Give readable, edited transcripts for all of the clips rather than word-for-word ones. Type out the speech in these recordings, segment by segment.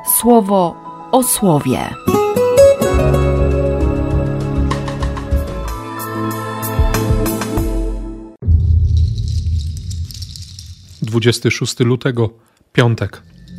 Słowo o słowie. Dwudziesty 26 lutego, piątek.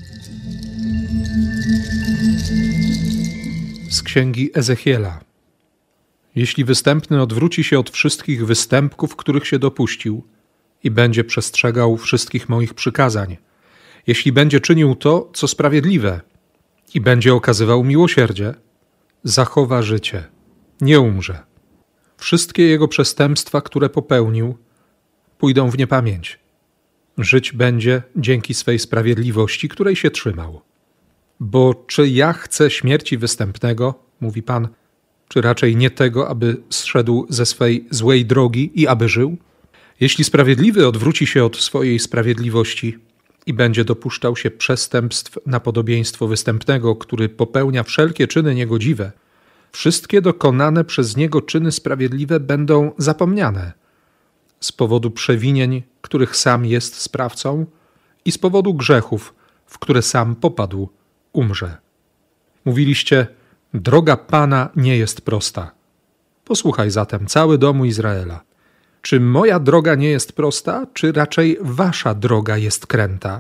Z księgi Ezechiela. Jeśli występny odwróci się od wszystkich występków, których się dopuścił, i będzie przestrzegał wszystkich moich przykazań, jeśli będzie czynił to, co sprawiedliwe, i będzie okazywał miłosierdzie, zachowa życie, nie umrze. Wszystkie jego przestępstwa, które popełnił, pójdą w niepamięć. Żyć będzie dzięki swej sprawiedliwości, której się trzymał. Bo czy ja chcę śmierci występnego, mówi Pan, czy raczej nie tego, aby zszedł ze swej złej drogi i aby żył? Jeśli sprawiedliwy odwróci się od swojej sprawiedliwości i będzie dopuszczał się przestępstw na podobieństwo występnego, który popełnia wszelkie czyny niegodziwe, wszystkie dokonane przez niego czyny sprawiedliwe będą zapomniane z powodu przewinień, których sam jest sprawcą, i z powodu grzechów, w które sam popadł, umrze. Mówiliście, droga Pana nie jest prosta. Posłuchaj zatem, cały domu Izraela. Czy moja droga nie jest prosta, czy raczej wasza droga jest kręta?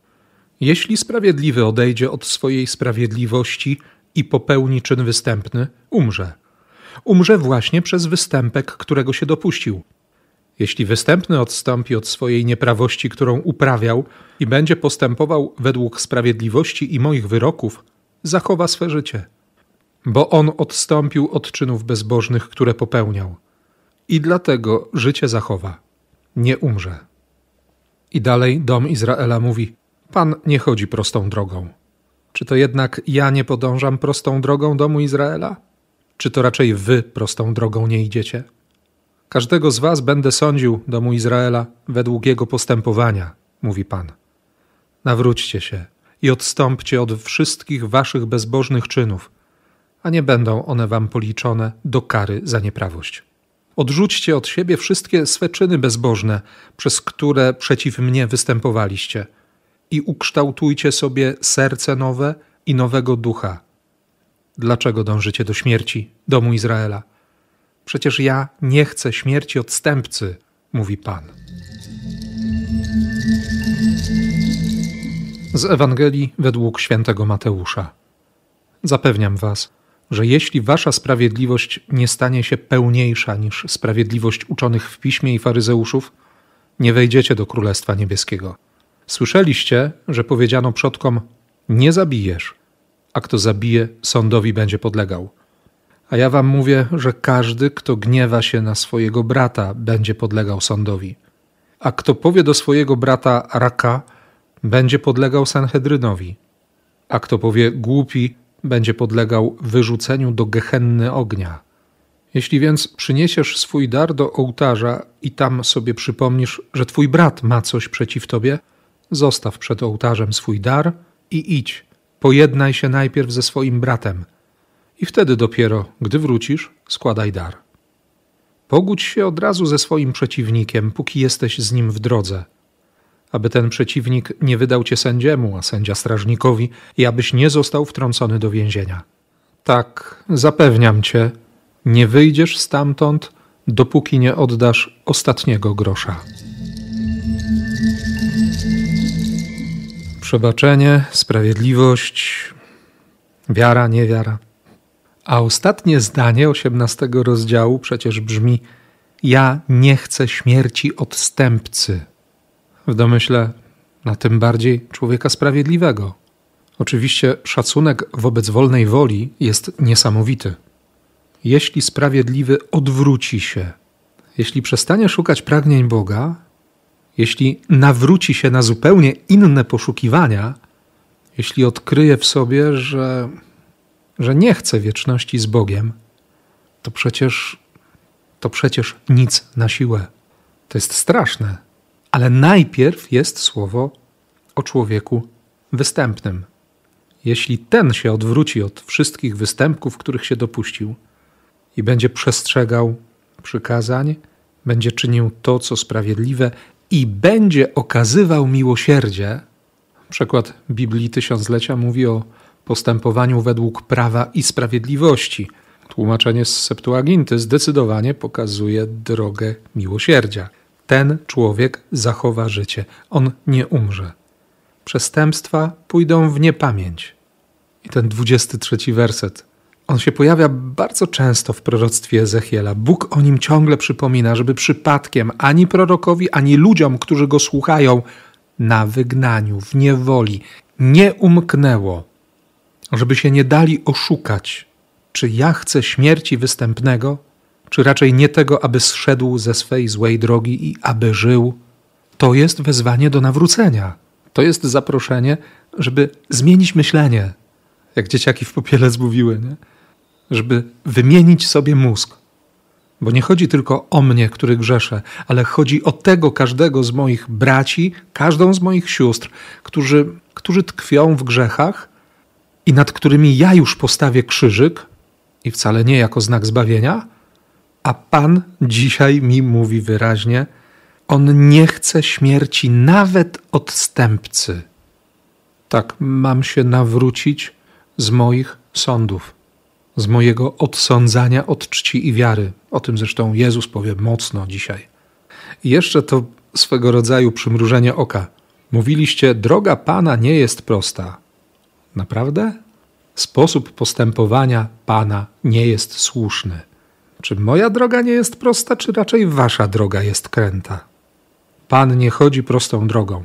Jeśli sprawiedliwy odejdzie od swojej sprawiedliwości i popełni czyn występny, umrze. Umrze właśnie przez występek, którego się dopuścił. Jeśli występny odstąpi od swojej nieprawości, którą uprawiał, i będzie postępował według sprawiedliwości i moich wyroków, zachowa swe życie. Bo on odstąpił od czynów bezbożnych, które popełniał. I dlatego życie zachowa, nie umrze. I dalej dom Izraela mówi, Pan nie chodzi prostą drogą. Czy to jednak ja nie podążam prostą drogą domu Izraela? Czy to raczej wy prostą drogą nie idziecie? Każdego z was będę sądził, domu Izraela, według jego postępowania, mówi Pan. Nawróćcie się i odstąpcie od wszystkich waszych bezbożnych czynów, a nie będą one wam policzone do kary za nieprawość. Odrzućcie od siebie wszystkie swe czyny bezbożne, przez które przeciw mnie występowaliście, i ukształtujcie sobie serce nowe i nowego ducha. Dlaczego dążycie do śmierci, domu Izraela? Przecież ja nie chcę śmierci odstępcy, mówi Pan. Z Ewangelii według świętego Mateusza. Zapewniam was, że jeśli wasza sprawiedliwość nie stanie się pełniejsza niż sprawiedliwość uczonych w piśmie i faryzeuszów, nie wejdziecie do Królestwa Niebieskiego. Słyszeliście, że powiedziano przodkom, nie zabijesz, a kto zabije, sądowi będzie podlegał. A ja wam mówię, że każdy, kto gniewa się na swojego brata, będzie podlegał sądowi. A kto powie do swojego brata raka, będzie podlegał Sanhedrynowi. A kto powie głupi, będzie podlegał wyrzuceniu do gehenny ognia. Jeśli więc przyniesiesz swój dar do ołtarza i tam sobie przypomnisz, że twój brat ma coś przeciw tobie, zostaw przed ołtarzem swój dar i idź, pojednaj się najpierw ze swoim bratem i wtedy dopiero, gdy wrócisz, składaj dar. Pogódź się od razu ze swoim przeciwnikiem, póki jesteś z nim w drodze, aby ten przeciwnik nie wydał cię sędziemu, a sędzia strażnikowi, i abyś nie został wtrącony do więzienia. Tak, zapewniam cię, nie wyjdziesz stamtąd, dopóki nie oddasz ostatniego grosza. Przebaczenie, sprawiedliwość, wiara, niewiara. A ostatnie zdanie 18 rozdziału przecież brzmi: ja nie chcę śmierci odstępcy. W domyśle, na tym bardziej człowieka sprawiedliwego. Oczywiście szacunek wobec wolnej woli jest niesamowity. Jeśli sprawiedliwy odwróci się, jeśli przestanie szukać pragnień Boga, jeśli nawróci się na zupełnie inne poszukiwania, jeśli odkryje w sobie, że nie chce wieczności z Bogiem, to przecież nic na siłę. To jest straszne. Ale najpierw jest słowo o człowieku występnym. Jeśli ten się odwróci od wszystkich występków, których się dopuścił, i będzie przestrzegał przykazań, będzie czynił to, co sprawiedliwe i będzie okazywał miłosierdzie. Przekład Biblii Tysiąclecia mówi o postępowaniu według prawa i sprawiedliwości. Tłumaczenie z Septuaginty zdecydowanie pokazuje drogę miłosierdzia. Ten człowiek zachowa życie. On nie umrze. Przestępstwa pójdą w niepamięć. I ten 23 werset. On się pojawia bardzo często w proroctwie Ezechiela. Bóg o nim ciągle przypomina, żeby przypadkiem ani prorokowi, ani ludziom, którzy go słuchają, na wygnaniu, w niewoli, nie umknęło, żeby się nie dali oszukać, czy ja chcę śmierci występnego, czy raczej nie tego, aby zszedł ze swej złej drogi i aby żył. To jest wezwanie do nawrócenia. To jest zaproszenie, żeby zmienić myślenie, jak dzieciaki w Popielec mówiły, nie? Żeby wymienić sobie mózg. Bo nie chodzi tylko o mnie, który grzeszę, ale chodzi o tego każdego z moich braci, każdą z moich sióstr, którzy tkwią w grzechach i nad którymi ja już postawię krzyżyk i wcale nie jako znak zbawienia, a Pan dzisiaj mi mówi wyraźnie, On nie chce śmierci nawet odstępcy. Tak, mam się nawrócić z moich sądów, z mojego odsądzania od czci i wiary. O tym zresztą Jezus powie mocno dzisiaj. I jeszcze to swego rodzaju przymrużenie oka. Mówiliście, droga Pana nie jest prosta. Naprawdę? Sposób postępowania Pana nie jest słuszny. Czy moja droga nie jest prosta, czy raczej wasza droga jest kręta? Pan nie chodzi prostą drogą.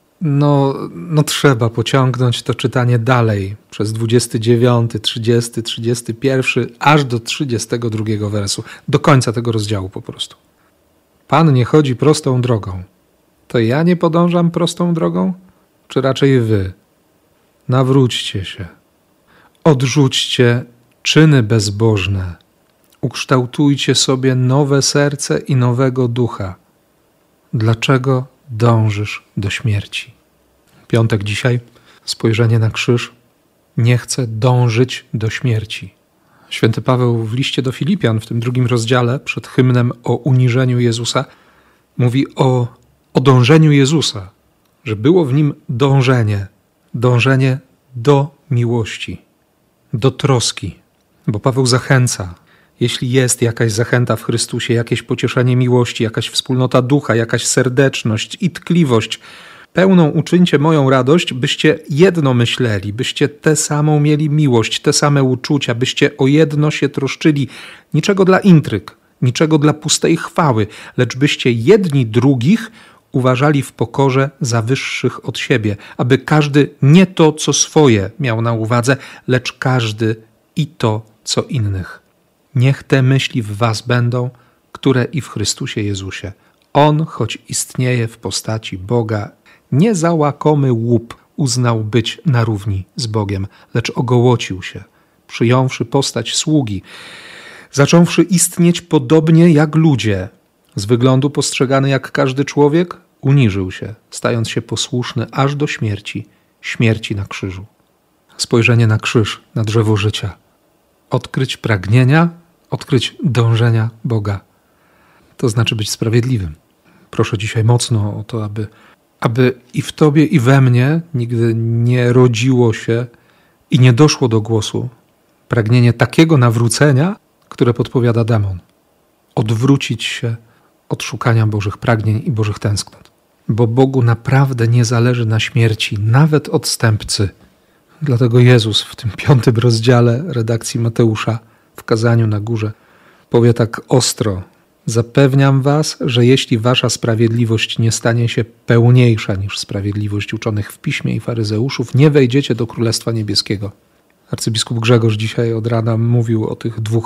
No trzeba pociągnąć to czytanie dalej, przez 29, 30, 31, aż do 32 wersu, do końca tego rozdziału po prostu. Pan nie chodzi prostą drogą. To ja nie podążam prostą drogą? Czy raczej wy? Nawróćcie się. Odrzućcie czyny bezbożne. Ukształtujcie sobie nowe serce i nowego ducha. Dlaczego dążysz do śmierci? Piątek dzisiaj, spojrzenie na krzyż. Nie chcę dążyć do śmierci. Święty Paweł w liście do Filipian, w tym 2 rozdziale, przed hymnem o uniżeniu Jezusa, mówi o dążeniu Jezusa, że było w nim dążenie do miłości, do troski. Bo Paweł zachęca, jeśli jest jakaś zachęta w Chrystusie, jakieś pocieszenie miłości, jakaś wspólnota ducha, jakaś serdeczność i tkliwość, pełną uczyńcie moją radość, byście jedno myśleli, byście tę samą mieli miłość, te same uczucia, byście o jedno się troszczyli, niczego dla intryg, niczego dla pustej chwały, lecz byście jedni drugich uważali w pokorze za wyższych od siebie, aby każdy nie to, co swoje miał na uwadze, lecz każdy i to, co innych. Niech te myśli w was będą, które i w Chrystusie Jezusie. On, choć istnieje w postaci Boga, nie za łakomy łup uznał być na równi z Bogiem, lecz ogołocił się, przyjąwszy postać sługi, zacząwszy istnieć podobnie jak ludzie. Z wyglądu postrzegany jak każdy człowiek, uniżył się, stając się posłuszny aż do śmierci na krzyżu. Spojrzenie na krzyż, na drzewo życia. Odkryć pragnienia, odkryć dążenia Boga. To znaczy być sprawiedliwym. Proszę dzisiaj mocno o to, aby i w tobie, i we mnie nigdy nie rodziło się i nie doszło do głosu pragnienie takiego nawrócenia, które podpowiada demon. Odwrócić się od szukania Bożych pragnień i Bożych tęsknot. Bo Bogu naprawdę nie zależy na śmierci, nawet odstępcy. Dlatego Jezus w tym 5 rozdziale redakcji Mateusza w kazaniu na górze powie tak ostro: zapewniam was, że jeśli wasza sprawiedliwość nie stanie się pełniejsza niż sprawiedliwość uczonych w piśmie i faryzeuszów, nie wejdziecie do Królestwa Niebieskiego. Arcybiskup Grzegorz dzisiaj od rana mówił o tych 2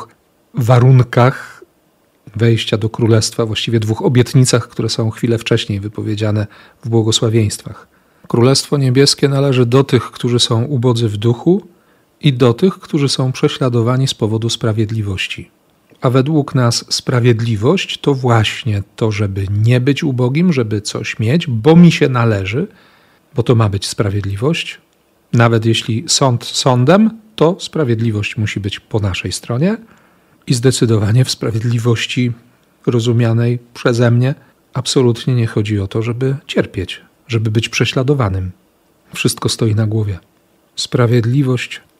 warunkach wejścia do Królestwa, właściwie 2 obietnicach, które są chwilę wcześniej wypowiedziane w błogosławieństwach. Królestwo Niebieskie należy do tych, którzy są ubodzy w duchu i do tych, którzy są prześladowani z powodu sprawiedliwości. A według nas sprawiedliwość to właśnie to, żeby nie być ubogim, żeby coś mieć, bo mi się należy, bo to ma być sprawiedliwość. Nawet jeśli sąd sądem, to sprawiedliwość musi być po naszej stronie i zdecydowanie w sprawiedliwości rozumianej przeze mnie absolutnie nie chodzi o to, żeby cierpieć, żeby być prześladowanym. Wszystko stoi na głowie. Sprawiedliwość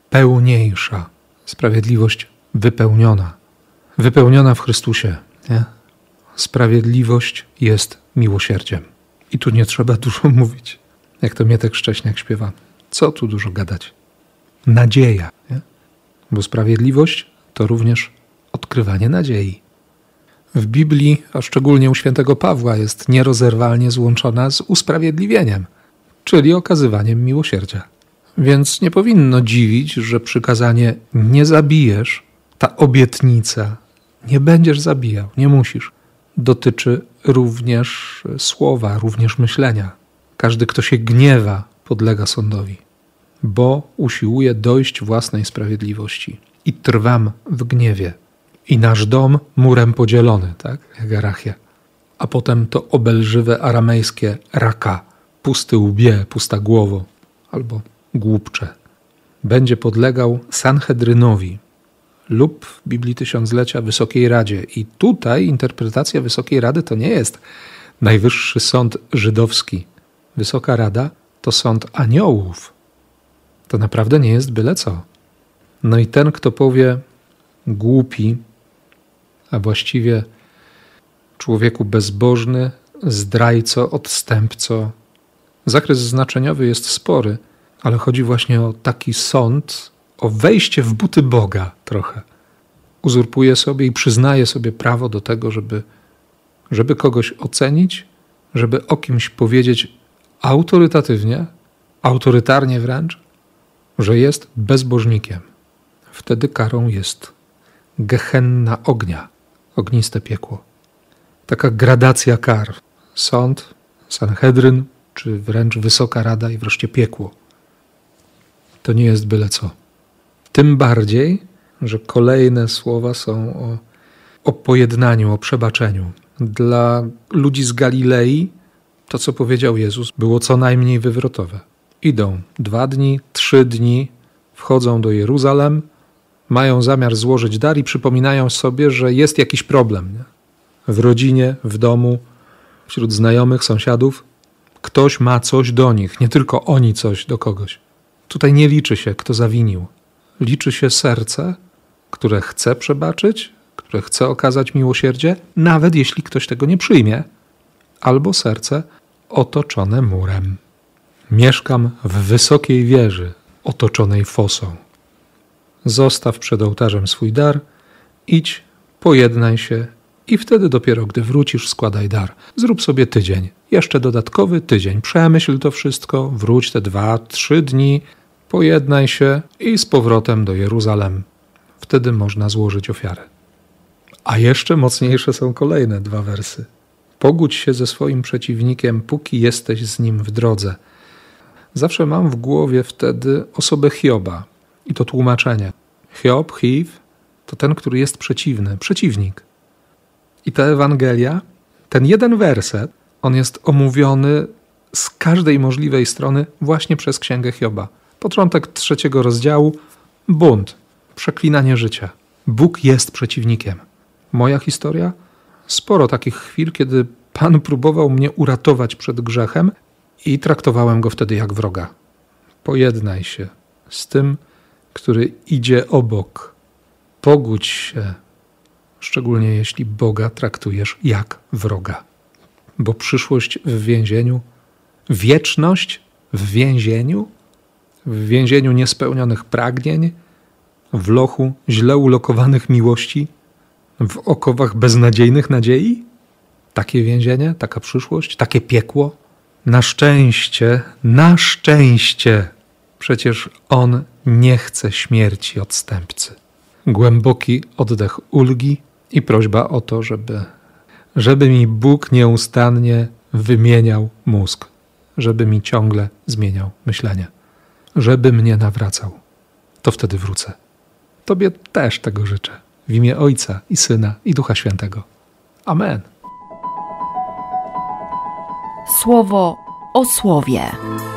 pełniejsza. Sprawiedliwość wypełniona. Wypełniona w Chrystusie. Nie? Sprawiedliwość jest miłosierdziem. I tu nie trzeba dużo mówić. Jak to Mietek Szcześniak śpiewa. Co tu dużo gadać? Nadzieja. Nie? Bo sprawiedliwość to również odkrywanie nadziei. W Biblii, a szczególnie u świętego Pawła, jest nierozerwalnie złączona z usprawiedliwieniem, czyli okazywaniem miłosierdzia. Więc nie powinno dziwić, że przykazanie nie zabijesz, ta obietnica, nie będziesz zabijał, nie musisz, dotyczy również słowa, również myślenia. Każdy, kto się gniewa, podlega sądowi, bo usiłuje dojść własnej sprawiedliwości. I trwam w gniewie. I nasz dom murem podzielony, tak? Jak Arachia. A potem to obelżywe aramejskie raka, pusty łbie, pusta głowo, albo głupcze. Będzie podlegał Sanhedrynowi lub w Biblii Tysiąclecia Wysokiej Radzie. I tutaj interpretacja Wysokiej Rady to nie jest najwyższy sąd żydowski. Wysoka Rada to sąd aniołów. To naprawdę nie jest byle co. No i ten, kto powie głupi, a właściwie człowieku bezbożny, zdrajco, odstępco. Zakres znaczeniowy jest spory, ale chodzi właśnie o taki sąd, o wejście w buty Boga trochę. Uzurpuje sobie i przyznaje sobie prawo do tego, żeby kogoś ocenić, żeby o kimś powiedzieć autorytatywnie, autorytarnie wręcz, że jest bezbożnikiem. Wtedy karą jest gehenna ognia, ogniste piekło. Taka gradacja kar. Sąd, Sanhedryn, czy wręcz Wysoka Rada i wreszcie piekło. To nie jest byle co. Tym bardziej, że kolejne słowa są o pojednaniu, o przebaczeniu. Dla ludzi z Galilei to, co powiedział Jezus, było co najmniej wywrotowe. Idą 2 dni, 3 dni, wchodzą do Jeruzalem, mają zamiar złożyć dar i przypominają sobie, że jest jakiś problem. Nie? W rodzinie, w domu, wśród znajomych, sąsiadów. Ktoś ma coś do nich, nie tylko oni coś do kogoś. Tutaj nie liczy się, kto zawinił. Liczy się serce, które chce przebaczyć, które chce okazać miłosierdzie, nawet jeśli ktoś tego nie przyjmie, albo serce otoczone murem. Mieszkam w wysokiej wieży, otoczonej fosą. Zostaw przed ołtarzem swój dar, idź, pojednaj się i wtedy dopiero, gdy wrócisz, składaj dar. Zrób sobie tydzień, jeszcze dodatkowy tydzień. Przemyśl to wszystko, wróć te 2-3 dni, pojednaj się i z powrotem do Jeruzalem. Wtedy można złożyć ofiarę. A jeszcze mocniejsze są kolejne 2 wersy. Pogódź się ze swoim przeciwnikiem, póki jesteś z nim w drodze. Zawsze mam w głowie wtedy osobę Hioba i to tłumaczenie. Hiob, Hiv, to ten, który jest przeciwny, przeciwnik. I ta Ewangelia, ten jeden werset, on jest omówiony z każdej możliwej strony właśnie przez Księgę Hioba. Początek 3 rozdziału, bunt, przeklinanie życia. Bóg jest przeciwnikiem. Moja historia? Sporo takich chwil, kiedy Pan próbował mnie uratować przed grzechem i traktowałem go wtedy jak wroga. Pojednaj się z tym, który idzie obok. Pogódź się, szczególnie jeśli Boga traktujesz jak wroga. Bo przyszłość w więzieniu, wieczność w więzieniu niespełnionych pragnień, w lochu źle ulokowanych miłości, w okowach beznadziejnych nadziei? Takie więzienie, taka przyszłość, takie piekło? Na szczęście, przecież On nie chce śmierci odstępcy. Głęboki oddech ulgi i prośba o to, żeby mi Bóg nieustannie wymieniał mózg, żeby mi ciągle zmieniał myślenie, żeby mnie nawracał. To wtedy wrócę. Tobie też tego życzę. W imię Ojca i Syna i Ducha Świętego. Amen. Słowo o słowie.